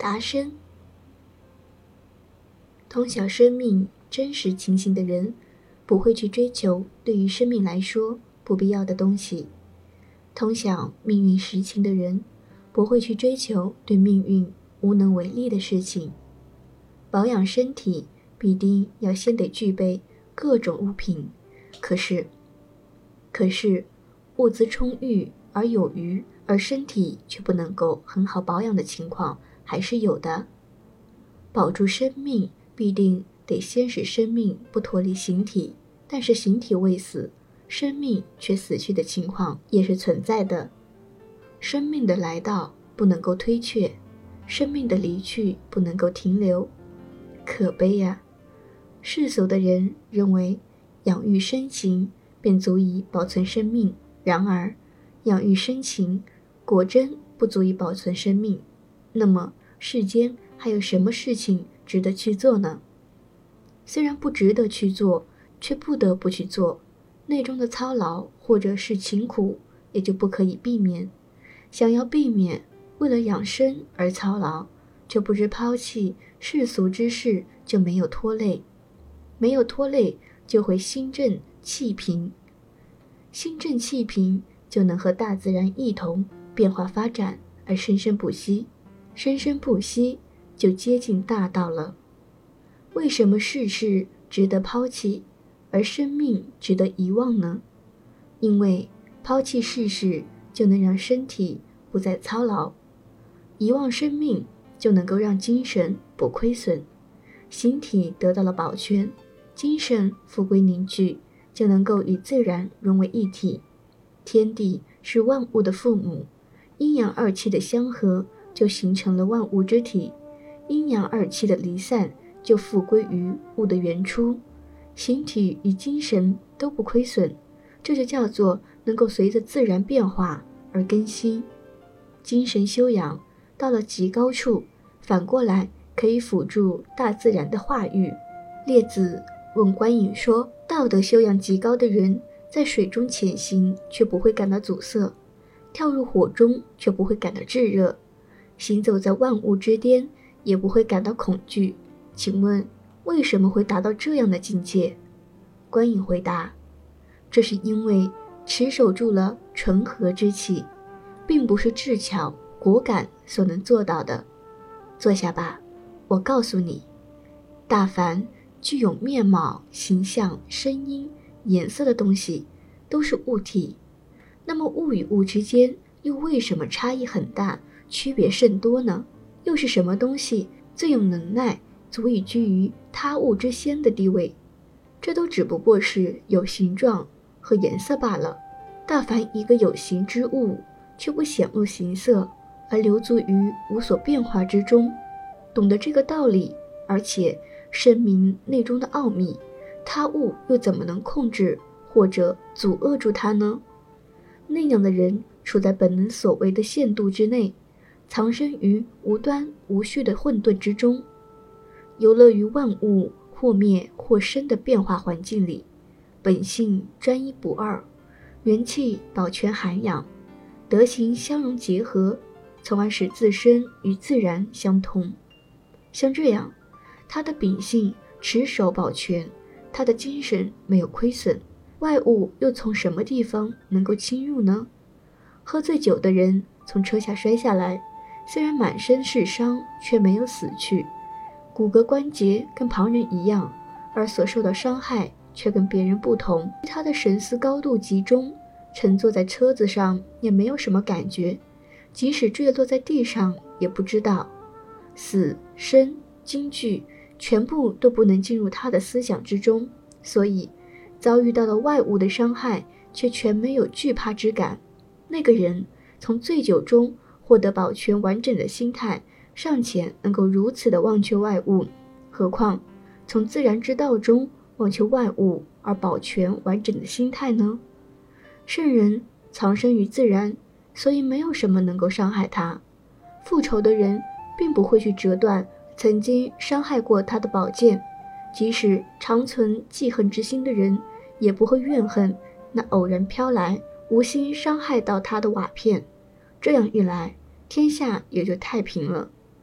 达生。通晓生命真实情形的人，不会去追求对于生命来说不必要的东西。通晓命运实情的人，不会去追求对命运无能为力的事情。保养身体必定要先得具备各种物品，可是物资充裕而有余，而身体却不能够很好保养的情况还是有的。保住生命必定得先使生命不脱离形体，但是形体未死，生命却死去的情况也是存在的。生命的来到不能够推却，生命的离去不能够停留。可悲呀！世俗的人认为养育身形便足以保存生命，然而养育身情果真不足以保存生命。那么世间还有什么事情值得去做呢？虽然不值得去做，却不得不去做，内中的操劳或者是勤苦也就不可以避免。想要避免为了养生而操劳，就不知抛弃世俗之事就没有拖累，没有拖累就会心正气平，心正气平就能和大自然一同变化发展而生生不息，生生不息就接近大道了。为什么世事值得抛弃，而生命值得遗忘呢？因为抛弃世事就能让身体不再操劳，遗忘生命就能够让精神不亏损，形体得到了保全，精神复归凝聚，就能够与自然融为一体。天地是万物的父母，阴阳二气的相合就形成了万物之体，阴阳二气的离散就复归于物的原初，形体与精神都不亏损，这就叫做能够随着自然变化而更新。精神修养到了极高处，反过来可以辅助大自然的化育。列子问观影说，道德修养极高的人，在水中潜行却不会感到阻塞，跳入火中却不会感到炙热，行走在万物之巅也不会感到恐惧。请问为什么会达到这样的境界？观影回答，这是因为持守住了纯和之气，并不是智巧果敢所能做到的。坐下吧，我告诉你，大凡具有面貌、形象、声音、颜色的东西都是物体，那么物与物之间又为什么差异很大，区别甚多呢？又是什么东西最有能耐，足以居于他物之先的地位？这都只不过是有形状和颜色罢了。大凡一个有形之物，却不显露形色，而留足于无所变化之中，懂得这个道理，而且深明内中的奥秘，他物又怎么能控制或者阻遏住它呢？那样的人处在本能所为的限度之内，藏身于无端无序的混沌之中，游乐于万物或灭或生的变化环境里，本性专一不二，元气保全涵养，德行相融结合，从而使自身与自然相通。像这样，他的秉性持守保全，他的精神没有亏损，外物又从什么地方能够侵入呢？喝醉酒的人从车下摔下来，虽然满身是伤，却没有死去，骨骼关节跟旁人一样，而所受到伤害却跟别人不同。他的神思高度集中，乘坐在车子上也没有什么感觉，即使坠落在地上也不知道。死生惊惧全部都不能进入他的思想之中，所以遭遇到了外物的伤害却全没有惧怕之感。那个人从醉酒中获得保全完整的心态，尚且能够如此的忘却外物，何况从自然之道中忘却外物而保全完整的心态呢？圣人藏身于自然，所以没有什么能够伤害他。复仇的人并不会去折断曾经伤害过他的宝剑，即使常存记恨之心的人，也不会怨恨那偶然飘来无心伤害到他的瓦片。这样一来，天下也就太平了。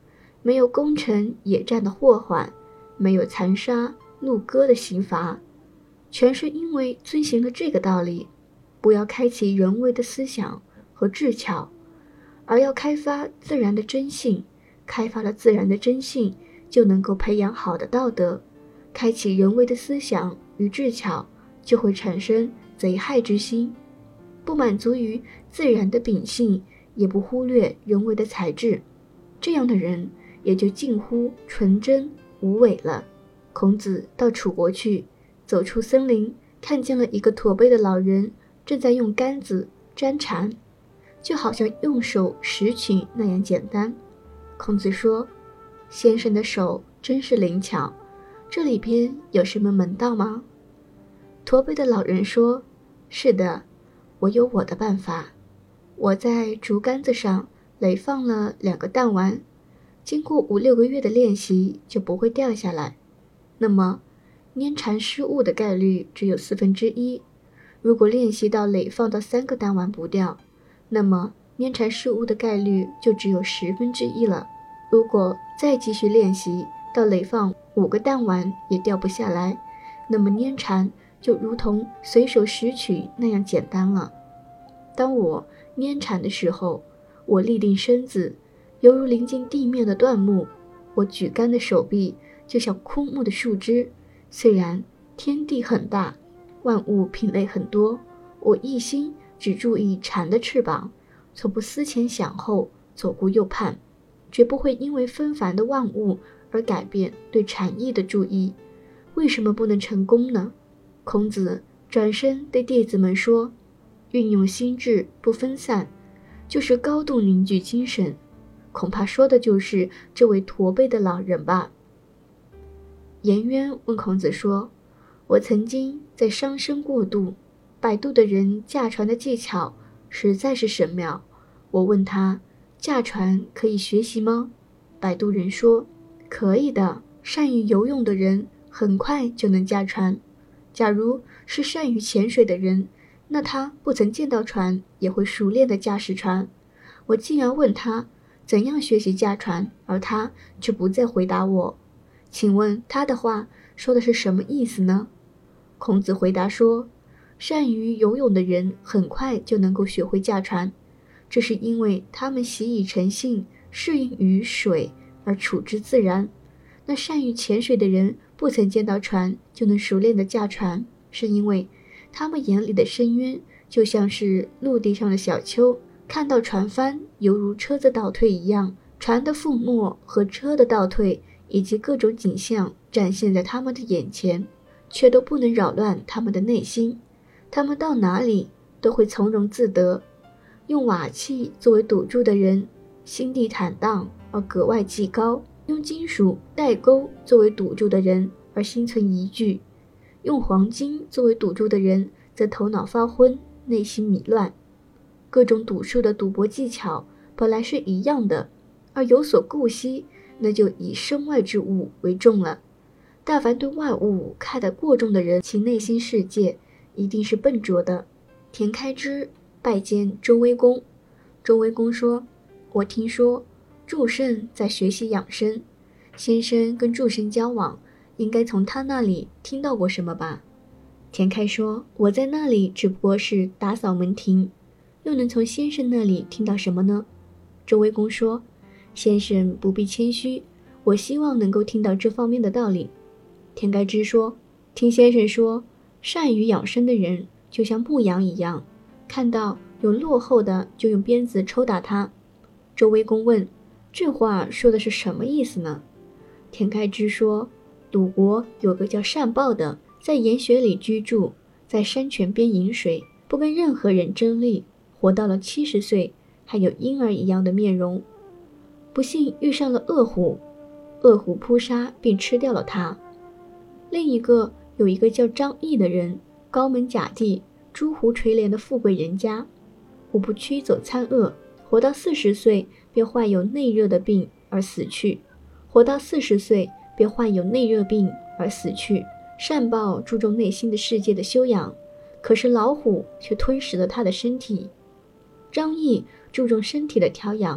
没有攻城野战的祸患，没有残杀戮割的刑罚，全是因为遵循了这个道理：不要开启人为的思想和智巧，而要开发自然的真性。开发了自然的真性，就能够培养好的道德。开启人为的思想与智巧，就会产生贼害之心。不满足于自然的秉性，也不忽略人为的才智，这样的人也就近乎纯真无伪了。孔子到楚国去，走出森林，看见了一个驼背的老人正在用杆子粘蝉，就好像用手拾取那样简单。孔子说：先生的手真是灵巧，这里边有什么门道吗？驼背的老人说：是的，我有我的办法。我在竹竿子上垒放了2个弹丸，经过5-6个月的练习就不会掉下来。那么拈蝉失误的概率只有1/4。如果练习到垒放到3个弹丸不掉，那么拈蝉失误的概率就只有1/10了。如果再继续练习到垒放5个弹丸也掉不下来，那么拈蝉就如同随手拾取那样简单了。当我拈蝉的时候，我立定身子，犹如临近地面的椴木；我举竿的手臂就像枯木的树枝。虽然天地很大，万物品类很多，我一心只注意蝉的翅膀，从不思前想后，左顾右盼，绝不会因为纷繁的万物而改变对禅意的注意。为什么不能成功呢？孔子转身对弟子们说：运用心智不分散，就是高度凝聚精神。恐怕说的就是这位驼背的老人吧。颜渊问孔子说：我曾经在伤身过度，摆渡的人驾船的技巧实在是神妙。我问他，驾船可以学习吗？摆渡人说：可以的，善于游泳的人很快就能驾船。假如是善于潜水的人，那他不曾见到船也会熟练地驾驶船。我竟然问他怎样学习驾船，而他却不再回答我。请问他的话说的是什么意思呢？孔子回答说：善于游泳的人很快就能够学会驾船，这是因为他们习以成性，适应于水而处之自然。那善于潜水的人不曾见到船就能熟练地驾船，是因为他们眼里的深渊就像是陆地上的小丘，看到船帆犹如车子倒退一样，船的覆没和车的倒退以及各种景象展现在他们的眼前，却都不能扰乱他们的内心。他们到哪里都会从容自得。用瓦器作为赌注的人，心地坦荡而格外技高；用金属带钩作为赌注的人，而心存疑惧；用黄金作为赌注的人，则头脑发昏，内心迷乱。各种赌术的赌博技巧本来是一样的，而有所顾惜，那就以身外之物为重了。但凡对外物看得过重的人，其内心世界一定是笨拙的。田开之拜见周威公，周威公说：我听说祝圣在学习养生，先生跟祝圣交往，应该从他那里听到过什么吧？田开说：我在那里只不过是打扫门庭，又能从先生那里听到什么呢？周威公说：先生不必谦虚，我希望能够听到这方面的道理。田开之说：听先生说，善于养生的人就像牧羊一样，看到有落后的就用鞭子抽打他。周威公问：这话说的是什么意思呢？田开之说：鲁国有个叫善抱的，在岩穴里居住，在山泉边饮水，不跟任何人争利，活到了70岁，还有婴儿一样的面容。不幸遇上了恶虎，恶虎扑杀并吃掉了他。另一个有一个叫张毅的人，高门甲第，诸胡垂帘的富贵人家，虎不驱走参恶，活到40岁便患有内热的病而死去，活到40岁便患有内热病而死去。善抱注重内心的世界的修养，可是老虎却吞食了他的身体。张毅注重身体的调养，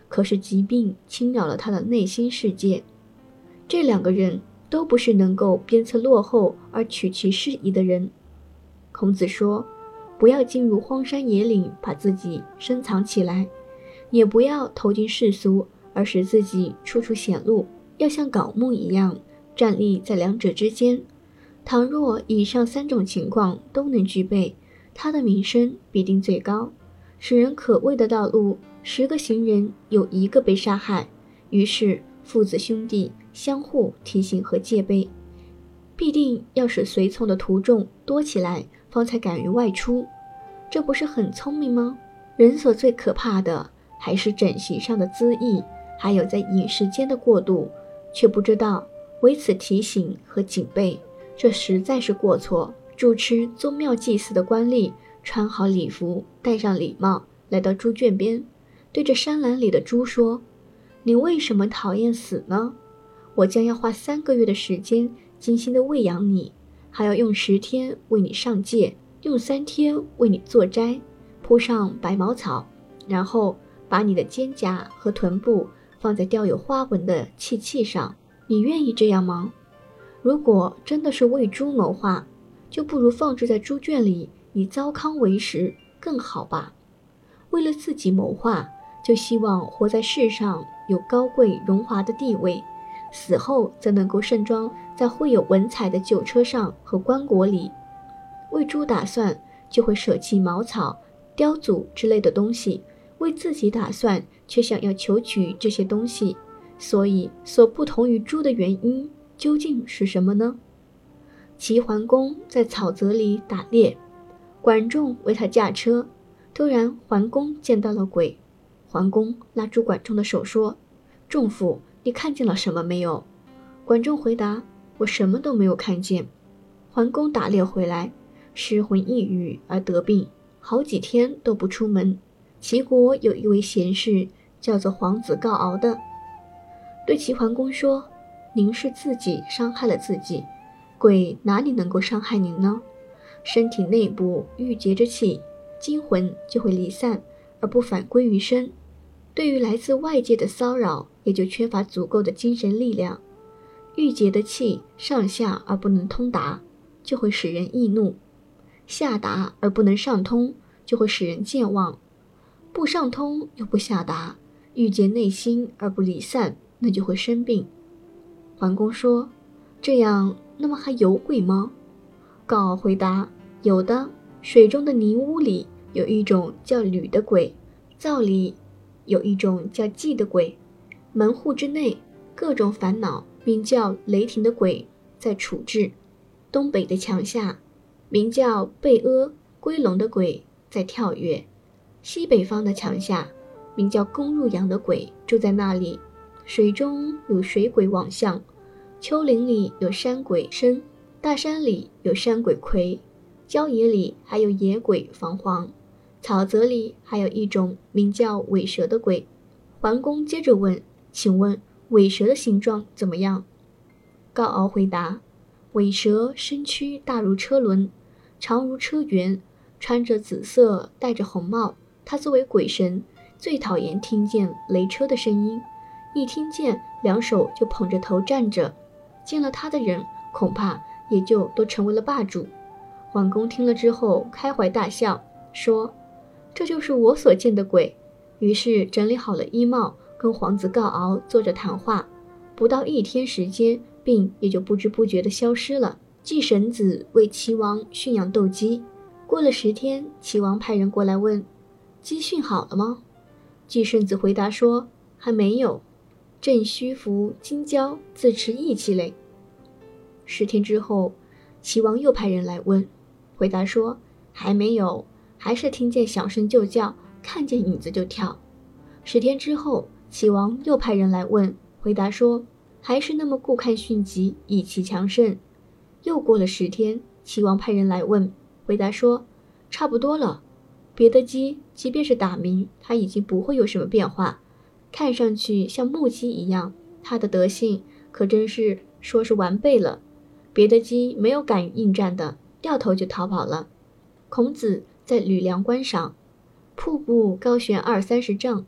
可是疾病侵扰了他的内心世界。这两个人都不是能够鞭策落后而取其适宜的人。孔子说，不要进入荒山野岭，把自己深藏起来，也不要投进世俗，而使自己处处显露，要像槁木一样站立在两者之间。倘若以上三种情况都能具备，他的名声必定最高。使人可畏的道路，10个行人有1个被杀害，于是父子兄弟相互提醒和戒备，必定要使随从的徒众多起来，方才敢于外出。这不是很聪明吗？人所最可怕的还是整形上的恣意，还有在饮食间的过度，却不知道为此提醒和警备，这实在是过错。主持宗庙祭祀的官吏穿好礼服，戴上礼帽，来到猪圈边，对着山栏里的猪说，你为什么讨厌死呢？我将要花3个月的时间精心的喂养你，还要用10天为你上戒，用3天为你做斋，铺上白茅草，然后把你的肩胛和臀部放在雕有花纹的器器上。你愿意这样吗？如果真的是为猪谋划，就不如放置在猪圈里，以糟糠为食更好吧。为了自己谋划，就希望活在世上有高贵荣华的地位，死后则能够盛装在绘有文采的酒车上和棺椁里。为猪打算，就会舍弃茅草、雕组之类的东西，为自己打算，却想要求取这些东西。所以所不同于猪的原因究竟是什么呢？齐桓公在草泽里打猎，管仲为他驾车，突然桓公见到了鬼。桓公拉住管仲的手说，仲父，你看见了什么没有？管仲回答，我什么都没有看见。桓公打猎回来，失魂抑郁而得病，好几天都不出门。齐国有一位贤士叫做皇子告敖的，对齐桓公说，您是自己伤害了自己，鬼哪里能够伤害您呢？身体内部郁结着气，精魂就会离散而不返归于身，对于来自外界的骚扰也就缺乏足够的精神力量。郁结的气上下而不能通达，就会使人易怒；下达而不能上通，就会使人健忘；不上通又不下达，郁结内心而不离散，那就会生病。桓公说，这样那么还有鬼吗？告敖回答，有的，水中的泥污里有一种叫吕的鬼，灶里有一种叫季的鬼，门户之内各种烦恼名叫雷霆的鬼在处置，东北的墙下名叫背阿归龙的鬼在跳跃，西北方的墙下名叫公入阳的鬼住在那里，水中有水鬼望象，丘陵里有山鬼申，大山里有山鬼魁，郊野里还有野鬼防黄，草泽里还有一种名叫尾蛇的鬼。桓公接着问，请问尾蛇的形状怎么样？告敖回答，尾蛇身躯大如车轮，长如车辕，穿着紫色，戴着红帽。他作为鬼神，最讨厌听见雷车的声音，一听见两手就捧着头站着，见了他的人恐怕也就都成为了霸主。桓公听了之后开怀大笑，说，这就是我所见的鬼。于是整理好了衣帽，跟皇子告敖坐着谈话。不到1天时间，病也就不知不觉地消失了。季神子为齐王驯养斗鸡，过了10天，齐王派人过来问，鸡驯好了吗？季神子回答说，还没有，正虚服金交，自持义气嘞。10天之后，齐王又派人来问，回答说，还没有，还是听见响声就叫，看见影子就跳。10天之后，齐王又派人来问，回答说，还是那么顾看迅疾，以其强盛。又过了10天，齐王派人来问，回答说，差不多了。别的鸡即便是打鸣，它已经不会有什么变化，看上去像木鸡一样，它的德性可真是说是完备了。别的鸡没有敢于应战的，掉头就逃跑了。孔子在吕梁关上，瀑布高悬20-30丈，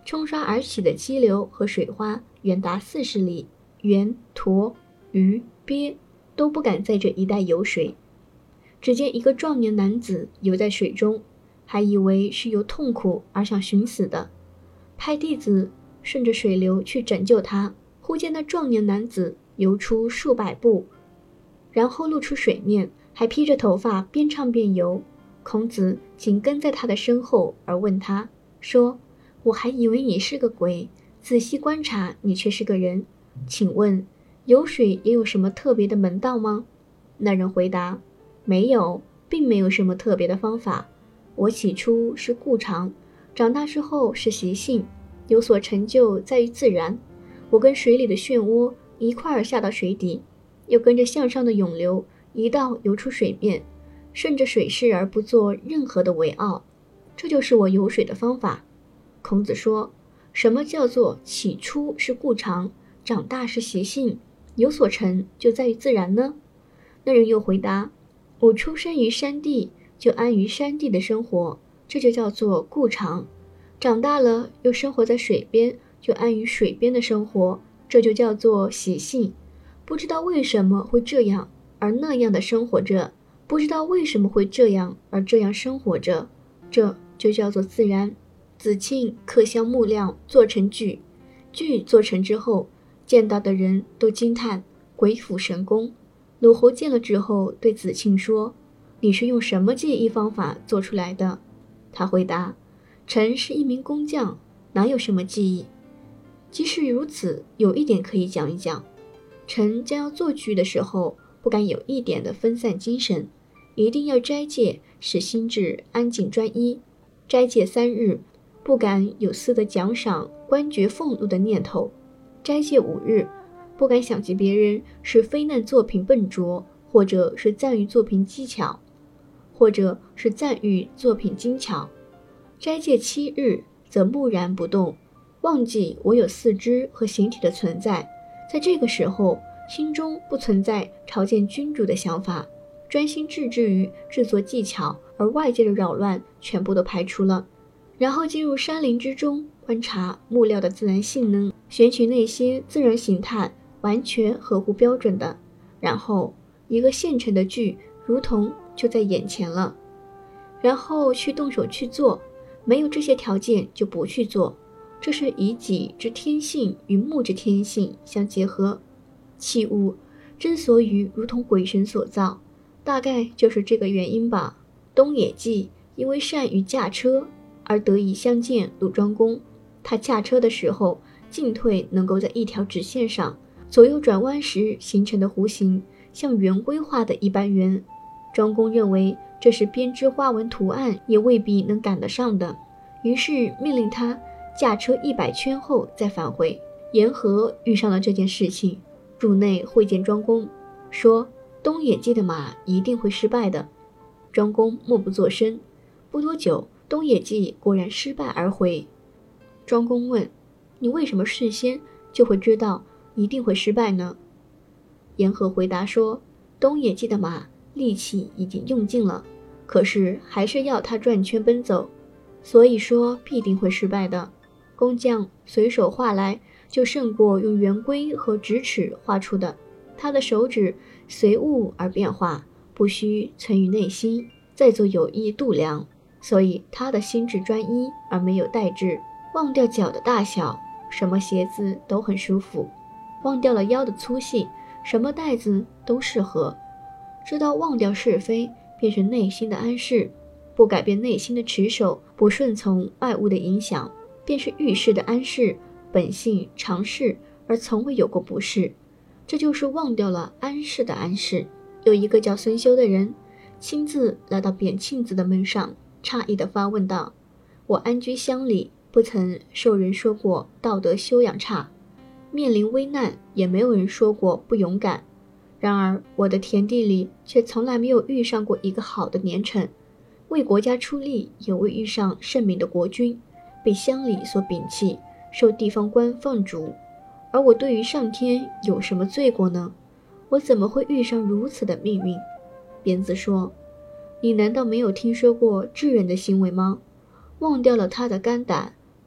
冲刷而起的激流和水花远达40里，猿、驼、鱼、鳖都不敢在这一带游水。只见一个壮年男子游在水中，还以为是由痛苦而想寻死的，派弟子顺着水流去拯救他。忽见那壮年男子游出数百步，然后露出水面，还披着头发，边唱边游。孔子紧跟在他的身后，而问他说：“我还以为你是个鬼，仔细观察，你却是个人。请问，游水也有什么特别的门道吗？”那人回答：“没有，并没有什么特别的方法。我起初是故常，长大之后是习性，有所成就在于自然。我跟水里的漩涡一块儿下到水底，又跟着向上的涌流一道游出水面，顺着水势而不做任何的违拗，这就是我游水的方法。”孔子说：“什么叫做起初是故常，长大是习性，有所成就在于自然呢？”那人又回答：“我出生于山地，就安于山地的生活，这就叫做故常；长大了又生活在水边，就安于水边的生活，这就叫做习性。不知道为什么会这样而那样的生活着，不知道为什么会这样而这样生活着，这就叫做自然。”子庆刻削木料做成锯，锯做成之后，见到的人都惊叹鬼斧神工。鲁侯见了之后对子庆说：“你是用什么技艺方法做出来的？”他回答：“臣是一名工匠，哪有什么技艺？即使如此，有一点可以讲一讲。臣将要做锯的时候，不敢有一点的分散精神，一定要斋戒，使心智安静专一。斋戒3日，不敢有私的奖赏、官爵俸禄的念头；斋戒5日，不敢想及别人是非难作品笨拙，或者是赞誉作品技巧，或者是赞誉作品精巧；斋戒7日，则木然不动，忘记我有四肢和形体的存在。在这个时候，心中不存在朝见君主的想法，专心致志于制作技巧，而外界的扰乱全部都排除了。然后进入山林之中，观察木料的自然性能，选取那些自然形态完全合乎标准的，然后一个现成的锯如同就在眼前了，然后去动手去做。没有这些条件就不去做，这是以己之天性与木之天性相结合。器物之所以如同鬼神所造，大概就是这个原因吧。东野稷因为善于驾车而得以相见鲁庄公，他驾车的时候，进退能够在一条直线上，左右转弯时形成的弧形像圆规画的一般圆。庄公认为这是编织花纹图案也未必能赶得上的，于是命令他驾车100圈后再返回。颜和遇上了这件事情，入内会见庄公，说东野稷的马一定会失败的。庄公默不作声，不多久，东野稷果然失败而回。庄公问：“你为什么事先就会知道一定会失败呢？”颜和回答说：“东野稷的马力气已经用尽了，可是还是要他转圈奔走，所以说必定会失败的。工匠随手画来，就胜过用圆规和直尺画出的。他的手指随物而变化，不需存于内心，再做有意度量，所以他的心智专一而没有代志，忘掉脚的大小，什么鞋子都很舒服；忘掉了腰的粗细，什么带子都适合。知道忘掉是非，便是内心的安适；不改变内心的持守，不顺从外物的影响，便是遇事的安适，本性常适，而从未有过不适。这就是忘掉了安适的安适。有一个叫孙修的人，亲自来到扁庆子的门上，诧异地发问道：“我安居乡里，不曾受人说过道德修养差，面临危难也没有人说过不勇敢。然而我的田地里却从来没有遇上过一个好的年臣，为国家出力也未遇上圣明的国君，被乡里所摒弃，受地方官放逐。而我对于上天有什么罪过呢？我怎么会遇上如此的命运？”鞭子说：“你难道没有听说过智人的行为吗？忘掉了他的肝胆，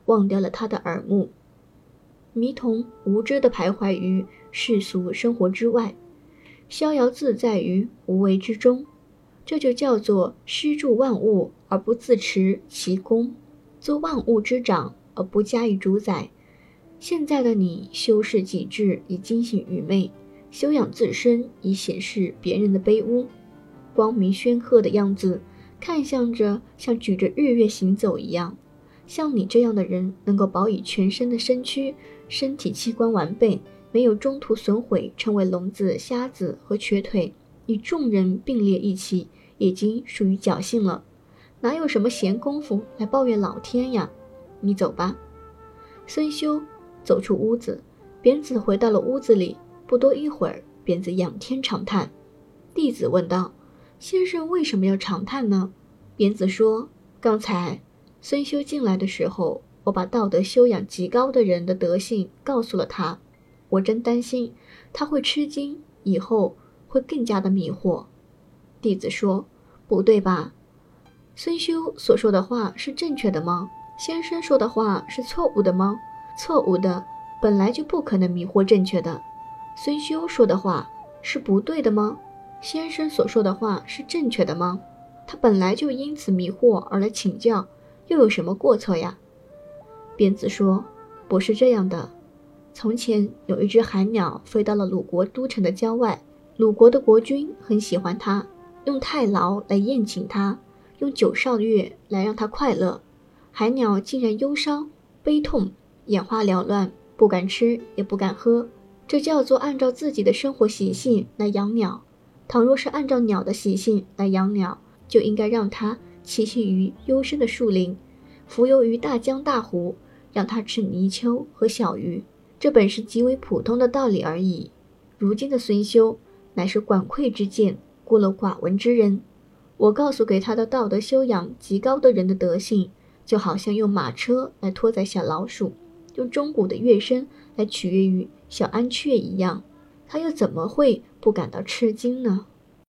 忘掉了他的耳目，迷童无知地徘徊于世俗生活之外，逍遥自在于无为之中。这就叫做施助万物而不自持其功，做万物之长而不加以主宰。现在的你修饰己志以惊醒愚昧，修养自身以显示别人的卑污。光明煊赫的样子看向着像举着日月行走一样。像你这样的人能够保以全身的身躯，身体器官完备，没有中途损毁成为聋子、瞎子和瘸腿，与众人并列一起，已经属于侥幸了，哪有什么闲工夫来抱怨老天呀？你走吧。孙修走出屋子，扁子回到了屋子里。不多一会儿，扁子仰天长叹。弟子问道：先生为什么要长叹呢？扁子说：刚才孙修进来的时候，我把道德修养极高的人的德性告诉了他，我真担心他会吃惊，以后会更加的迷惑。弟子说：不对吧？孙修所说的话是正确的吗？先生说的话是错误的吗？错误的本来就不可能迷惑正确的。孙修说的话是不对的吗？先生所说的话是正确的吗？他本来就因此迷惑而来请教，又有什么过错呀？扁子说：不是这样的。从前有一只寒鸟飞到了鲁国都城的郊外，鲁国的国君很喜欢它，用太牢来宴请它，用九韶乐来让它快乐。寒鸟竟然忧伤悲痛，眼花缭乱，不敢吃也不敢喝，这叫做按照自己的生活习性来养鸟。倘若是按照鸟的习性来养鸟，就应该让它栖息于幽深的树林，浮游于大江大湖，让它吃泥鳅和小鱼，这本是极为普通的道理而已。如今的孙修乃是管窥之见，孤陋寡闻之人。我告诉给他的道德修养极高的人的德性，就好像用马车来拖载小老鼠，用钟鼓的乐声来取悦于小安雀一样，他又怎么会不感到吃惊呢？